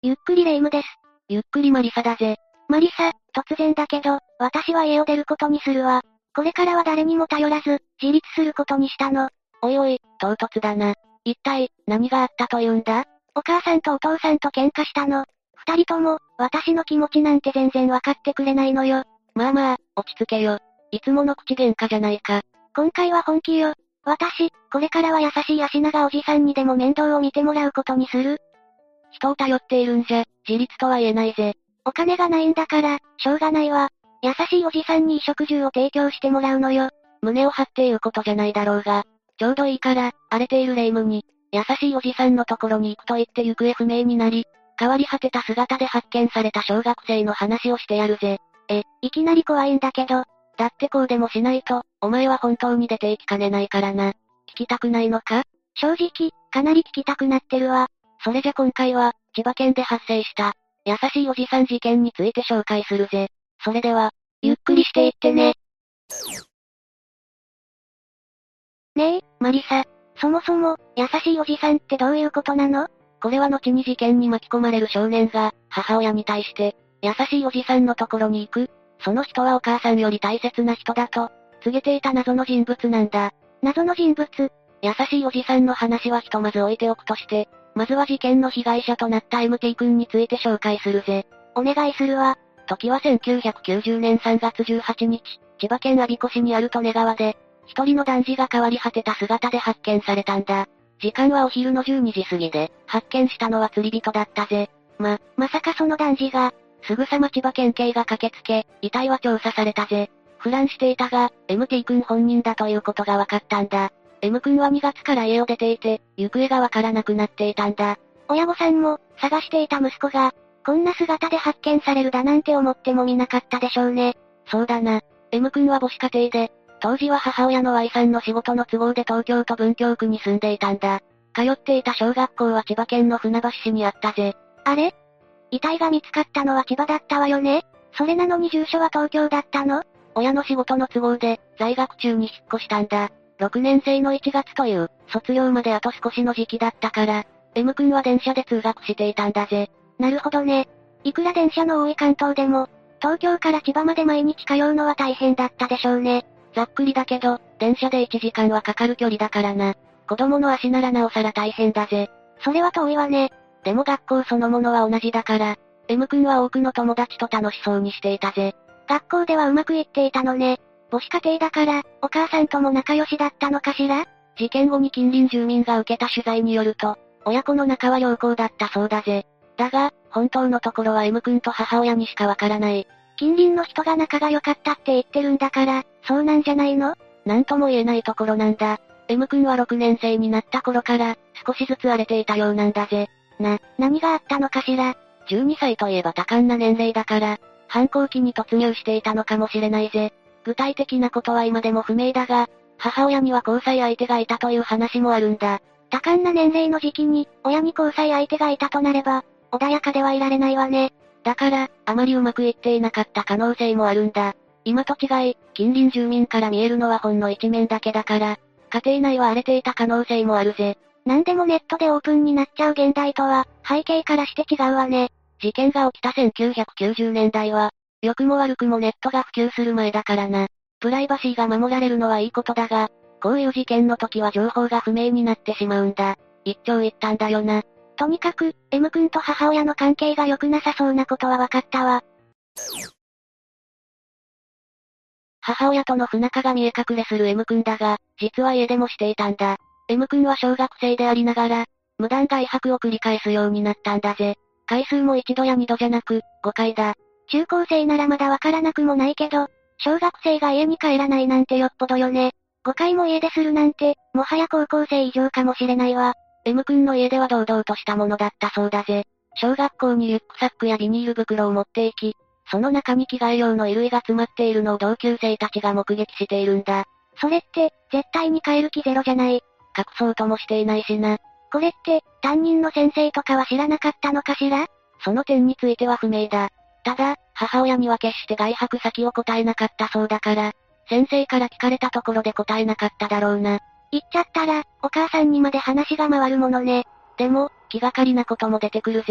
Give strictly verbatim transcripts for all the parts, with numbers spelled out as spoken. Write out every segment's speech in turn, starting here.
ゆっくりレ夢ムです。 ゆっくりマリサだぜ。 マリサ、突然だけど、私は家を出ることにするわ。これからは誰にも頼らず、自立することにしたの。 おいおい、唐突だな。一体、何があったというんだ？ お母さんとお父さんと喧嘩したの。二人とも、私の気持ちなんて全然わかってくれないのよ。 まあまあ、落ち着けよ。いつもの口喧嘩じゃないか。 今回は本気よ。私、これからは優しい足長おじさんにでも面倒を見てもらうことにする。 人を頼っているんじゃ、自立とは言えないぜ。 お金がないんだから、しょうがないわ。優しいおじさんに衣食住を提供してもらうのよ。 胸を張って言うことじゃないだろうが。ちょうどいいから、荒れているレ夢ムに、優しいおじさんのところに行くと言って行方不明になり、変わり果てた姿で発見された小学生の話をしてやるぜ。 え、いきなり怖いんだけど。 だってこうでもしないと、お前は本当に出て行きかねないからな。聞きたくないのか？ 正直、かなり聞きたくなってるわ。 それじゃ今回は、千葉県で発生した、優しいおじさん事件について紹介するぜ。それでは、 ゆっくりしていってね。ねえ、マリサ。そもそも、優しいおじさんってどういうことなの？ これは後に事件に巻き込まれる少年が、母親に対して、優しいおじさんのところに行く。その人はお母さんより大切な人だと、告げていた謎の人物なんだ。 謎の人物？ 優しいおじさんの話はひとまず置いておくとして、まずは事件の被害者となった エムティー 君について紹介するぜ。 お願いするわ。 時はせんきゅうひゃくきゅうじゅうねんさんがつじゅうはちにち、千葉県我孫子市にある利根川で、一人の男児が変わり果てた姿で発見されたんだ。時間はお昼のじゅうにじ過ぎで、発見したのは釣り人だったぜ。 ま、まさかその男児が、 すぐさま千葉県警が駆けつけ、遺体は調査されたぜ。腐乱していたが、エムティー 君本人だということが分かったんだ。M 君はにがつから家を出ていて、行方がわからなくなっていたんだ。 親御さんも、探していた息子が、こんな姿で発見されるだなんて思ってもみなかったでしょうね。 そうだな。M 君は母子家庭で、当時は母親の Y さんの仕事の都合で東京都文京区に住んでいたんだ。通っていた小学校は千葉県の船橋市にあったぜ。 あれ？遺体が見つかったのは千葉だったわよね？それなのに住所は東京だったの？ 親の仕事の都合で、在学中に引っ越したんだ。ろくねん生のいちがつという、卒業まであと少しの時期だったから、M 君は電車で通学していたんだぜ。 なるほどね。いくら電車の多い関東でも、東京から千葉まで毎日通うのは大変だったでしょうね。 ざっくりだけど、電車でいちじかんはかかる距離だからな。子供の足ならなおさら大変だぜ。 それは遠いわね。 でも学校そのものは同じだから、M 君は多くの友達と楽しそうにしていたぜ。 学校ではうまくいっていたのね。母子家庭だから、お母さんとも仲良しだったのかしら？ 事件後に近隣住民が受けた取材によると、親子の仲は良好だったそうだぜ。だが、本当のところは M 君と母親にしかわからない。 近隣の人が仲が良かったって言ってるんだから、そうなんじゃないの？ なんとも言えないところなんだ。M 君はろくねん生になった頃から、少しずつ荒れていたようなんだぜ。 な、何があったのかしら？ じゅうにさいといえば多感な年齢だから、反抗期に突入していたのかもしれないぜ。具体的なことは今でも不明だが、母親には交際相手がいたという話もあるんだ。 多感な年齢の時期に、親に交際相手がいたとなれば、穏やかではいられないわね。 だから、あまりうまくいっていなかった可能性もあるんだ。今と違い、近隣住民から見えるのはほんの一面だけだから、家庭内は荒れていた可能性もあるぜ。 なんでもネットでオープンになっちゃう現代とは、背景からして違うわね。 事件が起きたせんきゅうひゃくきゅうじゅうねんだいは、良くも悪くもネットが普及する前だからな。プライバシーが守られるのはいいことだが、こういう事件の時は情報が不明になってしまうんだ。一長一短だよな。 とにかく、M 君と母親の関係が良くなさそうなことは分かったわ。 母親との不仲が見え隠れする M 君だが、実は家出もしていたんだ。M 君は小学生でありながら、無断外泊を繰り返すようになったんだぜ。回数も一度や二度じゃなく、ごかいだ。 中高生ならまだわからなくもないけど、小学生が家に帰らないなんてよっぽどよね。ごかいも家出するなんて、もはや高校生以上かもしれないわ。 M 君の家出は堂々としたものだったそうだぜ。小学校にリュックサックやビニール袋を持っていき、その中に着替え用の衣類が詰まっているのを同級生たちが目撃しているんだ。 それって、絶対に帰る気ゼロじゃない。 隠そうともしていないしな。 これって、担任の先生とかは知らなかったのかしら？ その点については不明だ。ただ、母親には決して外泊先を答えなかったそうだから、先生から聞かれたところで答えなかっただろうな。 言っちゃったら、お母さんにまで話が回るものね。 でも、気がかりなことも出てくるぜ。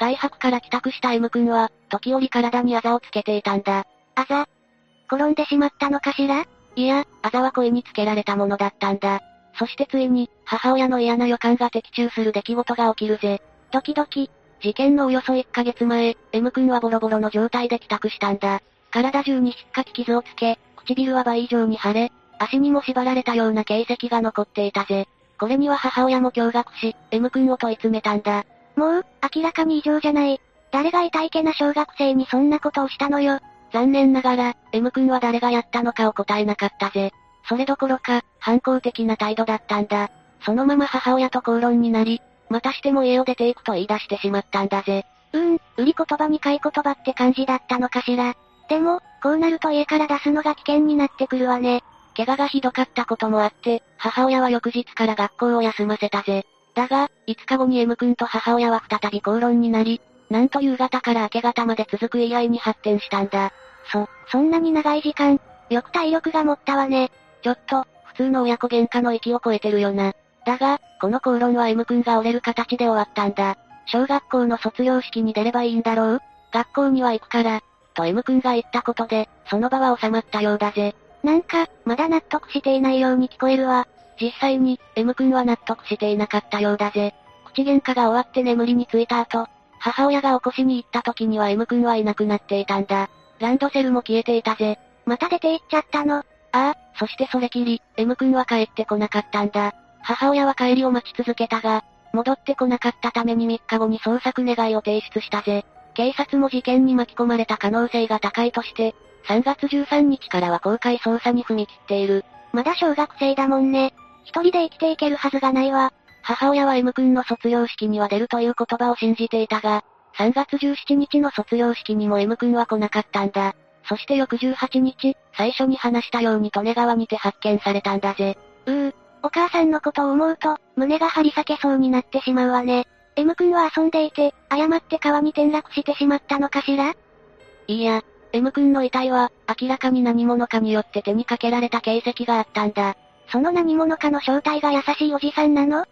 外泊から帰宅した M 君は、時折体にあざをつけていたんだ。 あざ？転んでしまったのかしら？ いや、あざは故意につけられたものだったんだ。そしてついに、母親の嫌な予感が的中する出来事が起きるぜ。 ドキドキ。 事件のおよそいっかげつまえ、M 君はボロボロの状態で帰宅したんだ。体中に引っかき傷をつけ、唇は倍以上に腫れ、足にも縛られたような形跡が残っていたぜ。これには母親も驚愕し、M 君を問い詰めたんだ。 もう、明らかに異常じゃない。誰が痛いけな小学生にそんなことをしたのよ。 残念ながら、M 君は誰がやったのかを答えなかったぜ。それどころか、反抗的な態度だったんだ。そのまま母親と口論になり、またしても家を出ていくと言い出してしまったんだぜ。 うーん、売り言葉に買い言葉って感じだったのかしら。でも、こうなると家から出すのが危険になってくるわね。 怪我がひどかったこともあって、母親は翌日から学校を休ませたぜ。だが、いつかごに M 君と母親は再び口論になり、なんと夕方から明け方まで続く言い合いに発展したんだ。 そ、そんなに長い時間、よく体力が持ったわね。 ちょっと、普通の親子喧嘩の域を超えてるよな。だが、この口論は M 君が折れる形で終わったんだ。小学校の卒業式に出ればいいんだろう？学校には行くから、と M 君が言ったことで、その場は収まったようだぜ。 なんか、まだ納得していないように聞こえるわ。 実際に、M 君は納得していなかったようだぜ。口喧嘩が終わって眠りについた後、母親が起こしに行った時には M 君はいなくなっていたんだ。ランドセルも消えていたぜ。 また出て行っちゃったの？ ああ、そしてそれきり、M 君は帰ってこなかったんだ。母親は帰りを待ち続けたが、戻ってこなかったためにみっかごに捜索願いを提出したぜ。警察も事件に巻き込まれた可能性が高いとして、さんがつじゅうさんにちからは公開捜査に踏み切っている。 まだ小学生だもんね。一人で生きていけるはずがないわ。 母親は M 君の卒業式には出るという言葉を信じていたが、さんがつじゅうしちにちの卒業式にも M 君は来なかったんだ。そして翌じゅうはちにち、最初に話したように利根川にて発見されたんだぜ。 うー、お母さんのことを思うと、胸が張り裂けそうになってしまうわね。M 君は遊んでいて、誤って川に転落してしまったのかしら？ いいや、M 君の遺体は、明らかに何者かによって手にかけられた形跡があったんだ。 その何者かの正体が優しいおじさんなの？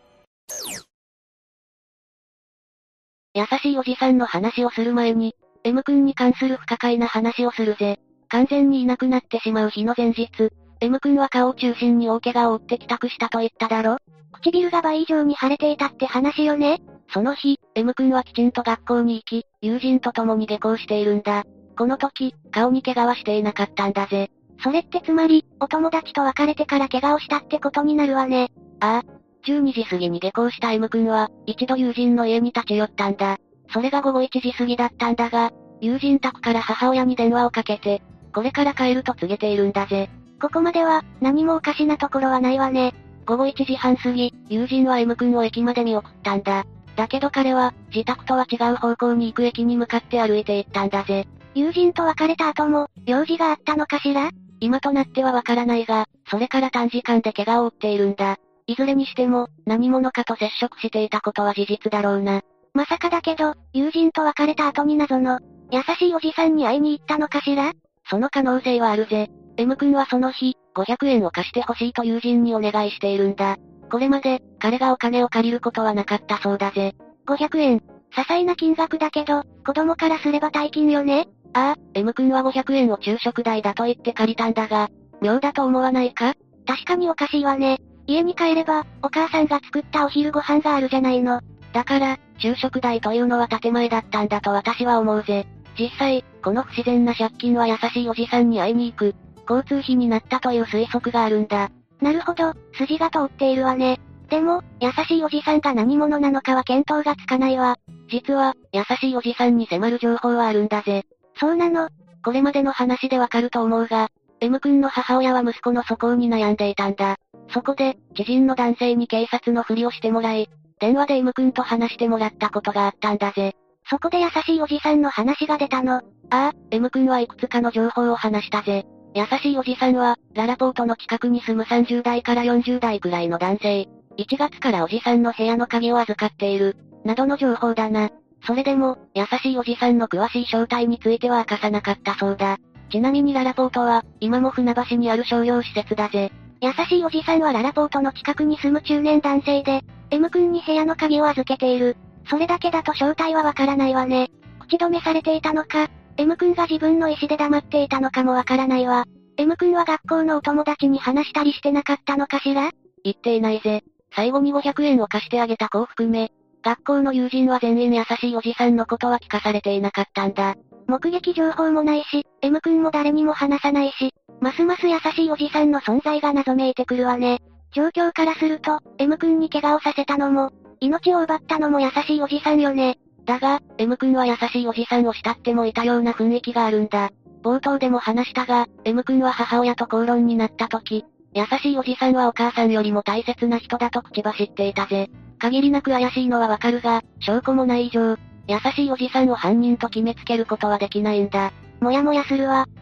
優しいおじさんの話をする前に、M 君に関する不可解な話をするぜ。完全にいなくなってしまう日の前日、M 君は顔を中心に大怪我を負って帰宅したと言っただろ？ 唇が倍以上に腫れていたって話よね？ その日、M 君はきちんと学校に行き、友人と共に下校しているんだ。この時、顔に怪我はしていなかったんだぜ。 それってつまり、お友達と別れてから怪我をしたってことになるわね。 ああ。じゅうにじ過ぎに下校した M 君は、一度友人の家に立ち寄ったんだ。それがごごいちじ過ぎだったんだが、友人宅から母親に電話をかけて、これから帰ると告げているんだぜ。 ここまでは、何もおかしなところはないわね。 ごごいちじはん過ぎ、友人は M 君を駅まで見送ったんだ。だけど彼は、自宅とは違う方向に行く駅に向かって歩いて行ったんだぜ。 友人と別れた後も、用事があったのかしら？ 今となってはわからないが、それから短時間で怪我を負っているんだ。いずれにしても、何者かと接触していたことは事実だろうな。 まさかだけど、友人と別れた後に謎の、優しいおじさんに会いに行ったのかしら？ その可能性はあるぜ。M 君はその日、ごひゃくえんを貸してほしいと友人にお願いしているんだ。これまで、彼がお金を借りることはなかったそうだぜ。 ごひゃくえん。些細な金額だけど、子供からすれば大金よね？ ああ、M 君はごひゃくえんを昼食代だと言って借りたんだが、妙だと思わないか？ 確かにおかしいわね。家に帰れば、お母さんが作ったお昼ご飯があるじゃないの。 だから、昼食代というのは建前だったんだと私は思うぜ。実際、この不自然な借金は優しいおじさんに会いに行く、交通費になったという推測があるんだ。 なるほど、筋が通っているわね。でも、優しいおじさんが何者なのかは見当がつかないわ。 実は、優しいおじさんに迫る情報はあるんだぜ。 そうなの？ これまでの話でわかると思うが、M 君の母親は息子の素行に悩んでいたんだ。そこで、知人の男性に警察のふりをしてもらい、電話で M 君と話してもらったことがあったんだぜ。 そこで優しいおじさんの話が出たの。ああ、M 君はいくつかの情報を話したぜ。優しいおじさんは、ララポートの近くに住むさんじゅうだいからよんじゅうだいくらいの男性。いちがつからおじさんの部屋の鍵を預かっている、などの情報だな。それでも、優しいおじさんの詳しい正体については明かさなかったそうだ。ちなみにララポートは、今も船橋にある商業施設だぜ。 優しいおじさんはララポートの近くに住む中年男性で、M 君に部屋の鍵を預けている。 それだけだと正体はわからないわね。口止めされていたのか、M 君が自分の意思で黙っていたのかもわからないわ。M 君は学校のお友達に話したりしてなかったのかしら？ 言っていないぜ。最後にごひゃくえんを貸してあげた子を含め、学校の友人は全員優しいおじさんのことは聞かされていなかったんだ。 目撃情報もないし、M 君も誰にも話さないし、ますます優しいおじさんの存在が謎めいてくるわね。状況からすると、M 君に怪我をさせたのも、命を奪ったのも優しいおじさんよね。 だが、M 君は優しいおじさんを慕ってもいたような雰囲気があるんだ。冒頭でも話したが、M 君は母親と口論になった時、優しいおじさんはお母さんよりも大切な人だと口走っていたぜ。限りなく怪しいのはわかるが、証拠もない以上、優しいおじさんを犯人と決めつけることはできないんだ。 もやもやするわ。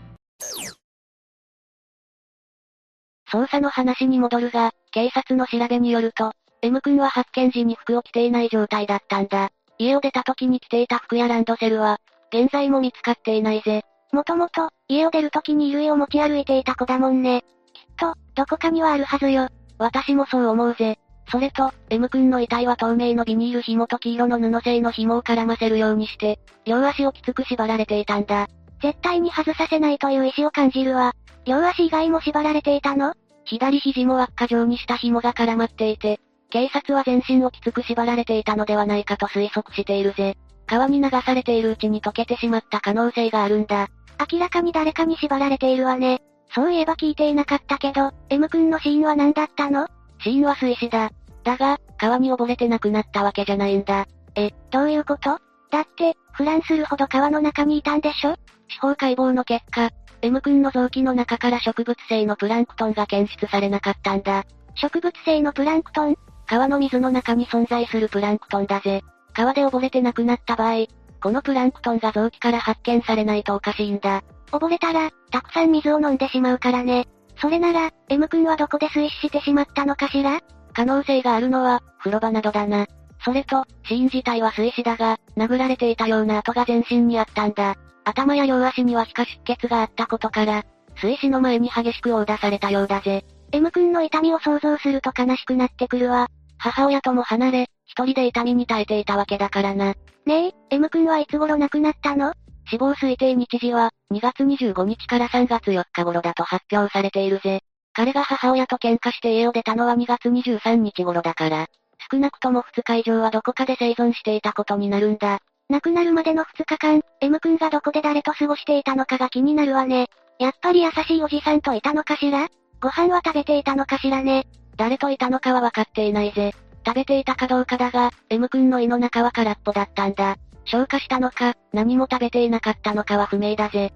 捜査の話に戻るが、警察の調べによると、M 君は発見時に服を着ていない状態だったんだ。家を出た時に着ていた服やランドセルは、現在も見つかっていないぜ。 もともと、家を出る時に衣類を持ち歩いていた子だもんね。きっと、どこかにはあるはずよ。 私もそう思うぜ。それと、M 君の遺体は透明のビニール紐と黄色の布製の紐を絡ませるようにして、両足をきつく縛られていたんだ。 絶対に外させないという意志を感じるわ。両足以外も縛られていたの？ 左肘も輪っか状にした紐が絡まっていて、警察は全身をきつく縛られていたのではないかと推測しているぜ。川に流されているうちに溶けてしまった可能性があるんだ。 明らかに誰かに縛られているわね。そういえば聞いていなかったけど、M 君の死因は何だったの？ 死因は水死だ。だが、川に溺れて亡くなったわけじゃないんだ。 え、どういうこと？だって、フランするほど川の中にいたんでしょ？ 司法解剖の結果、M 君の臓器の中から植物性のプランクトンが検出されなかったんだ。 植物性のプランクトン？ 川の水の中に存在するプランクトンだぜ。川で溺れて亡くなった場合、このプランクトンが臓器から発見されないとおかしいんだ。 溺れたら、たくさん水を飲んでしまうからね。それなら、M 君はどこで水死してしまったのかしら？ 可能性があるのは、風呂場などだな。それと、死因自体は水死だが、殴られていたような跡が全身にあったんだ。頭や両足には皮下出血があったことから、水死の前に激しく殴打されたようだぜ。 M 君の痛みを想像すると悲しくなってくるわ。 母親とも離れ、一人で痛みに耐えていたわけだからな。 ねえ、M 君はいつ頃亡くなったの？ 死亡推定日時は、にがつにじゅうごにちからさんがつよっか頃だと発表されているぜ。彼が母親と喧嘩して家を出たのはにがつにじゅうさんにち頃だから、少なくともふつか以上はどこかで生存していたことになるんだ。 亡くなるまでのふつかかん、M 君がどこで誰と過ごしていたのかが気になるわね。やっぱり優しいおじさんといたのかしら？ご飯は食べていたのかしらね。 誰といたのかは分かっていないぜ。食べていたかどうかだが、M 君の胃の中は空っぽだったんだ。消化したのか、何も食べていなかったのかは不明だぜ。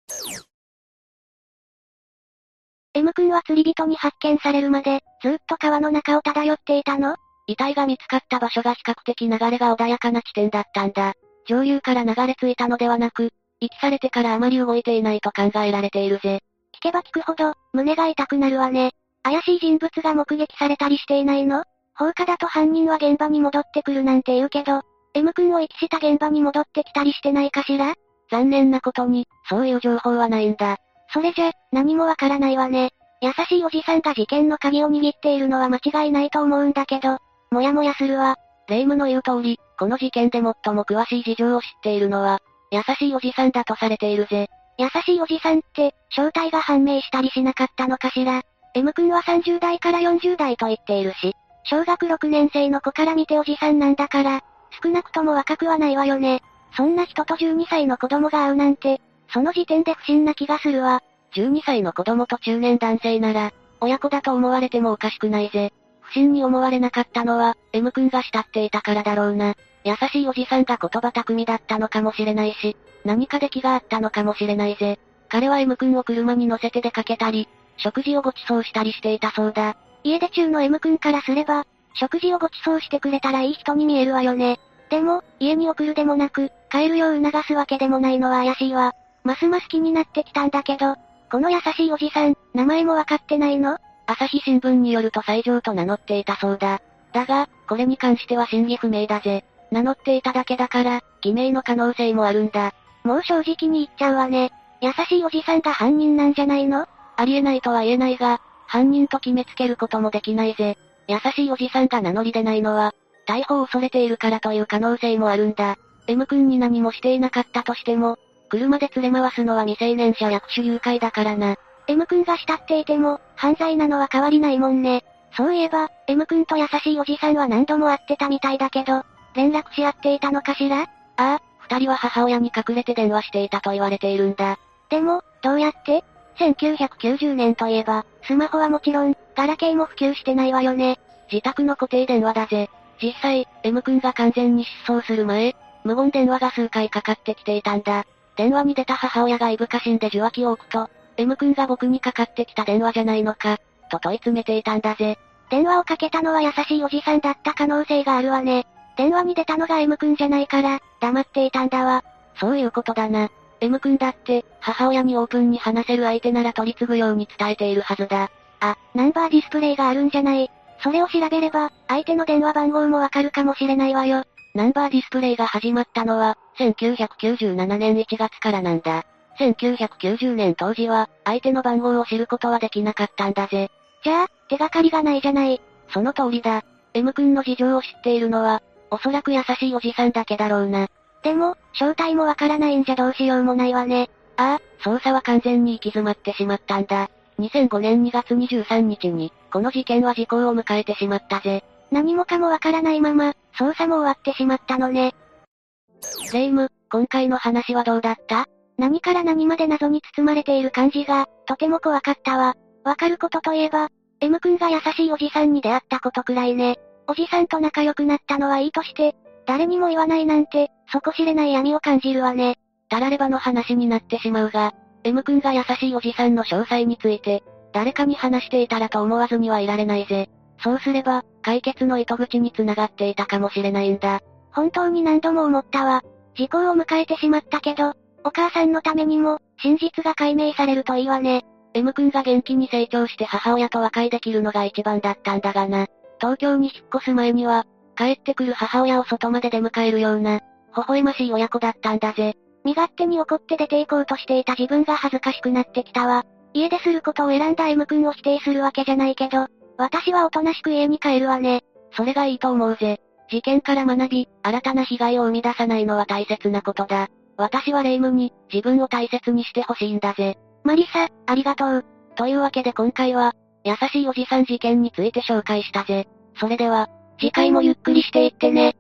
M 君は釣り人に発見されるまで、ずっと川の中を漂っていたの？ 遺体が見つかった場所が比較的流れが穏やかな地点だったんだ。上流から流れ着いたのではなく、遺棄されてからあまり動いていないと考えられているぜ。 聞けば聞くほど、胸が痛くなるわね。怪しい人物が目撃されたりしていないの？放火だと犯人は現場に戻ってくるなんて言うけど、M 君を遺棄した現場に戻ってきたりしてないかしら？ 残念なことに、そういう情報はないんだ。 それじゃ、何もわからないわね。優しいおじさんが事件の鍵を握っているのは間違いないと思うんだけど、もやもやするわ。 霊夢の言う通り、この事件で最も詳しい事情を知っているのは、優しいおじさんだとされているぜ。 優しいおじさんって、正体が判明したりしなかったのかしら？ M 君はさんじゅうだいからよんじゅうだいと言っているし、小学ろくねん生の子から見ておじさんなんだから、少なくとも若くはないわよね。そんな人とじゅうにさいの子供が会うなんて、その時点で不審な気がするわ。 じゅうにさいの子供と中年男性なら、親子だと思われてもおかしくないぜ。不審に思われなかったのは、M 君が慕っていたからだろうな。優しいおじさんが言葉巧みだったのかもしれないし、何かで気があったのかもしれないぜ。彼は M 君を車に乗せて出かけたり、食事をご馳走したりしていたそうだ。 家出中の M 君からすれば、食事をご馳走してくれたらいい人に見えるわよね。でも、家に送るでもなく、帰るよう促すわけでもないのは怪しいわ。ますます気になってきたんだけど、この優しいおじさん、名前もわかってないの？ 朝日新聞によると西条と名乗っていたそうだ。だが、これに関しては真偽不明だぜ。名乗っていただけだから、偽名の可能性もあるんだ。 もう正直に言っちゃうわね。優しいおじさんが犯人なんじゃないの？ ありえないとは言えないが、犯人と決めつけることもできないぜ。優しいおじさんが名乗り出ないのは、 逮捕を恐れているからという可能性もあるんだ。M 君に何もしていなかったとしても、車で連れ回すのは未成年者略取誘拐だからな。 M 君が慕っていても、犯罪なのは変わりないもんね。そういえば、M 君と優しいおじさんは何度も会ってたみたいだけど、連絡し合っていたのかしら？ ああ、二人は母親に隠れて電話していたと言われているんだ。 でも、どうやって？せんきゅうひゃくきゅうじゅうねんといえば、スマホはもちろん、ガラケーも普及してないわよね。 自宅の固定電話だぜ。実際、M 君が完全に失踪する前、無言電話が数回かかってきていたんだ。電話に出た母親がいぶかしんで受話器を置くと、M 君が僕にかかってきた電話じゃないのか、と問い詰めていたんだぜ。 電話をかけたのは優しいおじさんだった可能性があるわね。電話に出たのが M 君じゃないから、黙っていたんだわ。 そういうことだな。M 君だって、母親にオープンに話せる相手なら取り継ぐように伝えているはずだ。 あ、ナンバーディスプレイがあるんじゃない。それを調べれば、相手の電話番号もわかるかもしれないわよ。 ナンバーディスプレイが始まったのは、せんきゅうひゃくきゅうじゅうななねんいちがつからなんだ。せんきゅうひゃくきゅうじゅうねん当時は、相手の番号を知ることはできなかったんだぜ。 じゃあ、手がかりがないじゃない。 その通りだ。M 君の事情を知っているのは、おそらく優しいおじさんだけだろうな。 でも、正体もわからないんじゃどうしようもないわね。 ああ、捜査は完全に行き詰まってしまったんだ。にせんごねんにがつにじゅうさんにちに、この事件は時効を迎えてしまったぜ。 何もかもわからないまま、捜査も終わってしまったのね。 レイム、今回の話はどうだった？ 何から何まで謎に包まれている感じが、とても怖かったわ。わかることといえば、M 君が優しいおじさんに出会ったことくらいね。おじさんと仲良くなったのはいいとして、誰にも言わないなんて、底知れない闇を感じるわね。 たらればの話になってしまうが、M 君が優しいおじさんの詳細について、誰かに話していたらと思わずにはいられないぜ。そうすれば、解決の糸口に繋がっていたかもしれないんだ。 本当に何度も思ったわ。時効を迎えてしまったけど、お母さんのためにも、真実が解明されるといいわね。 M 君が元気に成長して母親と和解できるのが一番だったんだがな。東京に引っ越す前には、帰ってくる母親を外まで出迎えるような、微笑ましい親子だったんだぜ。 身勝手に怒って出て行こうとしていた自分が恥ずかしくなってきたわ。家ですることを選んだ M 君を否定するわけじゃないけど、私はおとなしく家に帰るわね。 それがいいと思うぜ。事件から学び、新たな被害を生み出さないのは大切なことだ。私はレイムに、自分を大切にしてほしいんだぜ。 マリサ、ありがとう。 というわけで今回は、優しいおじさん事件について紹介したぜ。それでは、次回もゆっくりしていってね。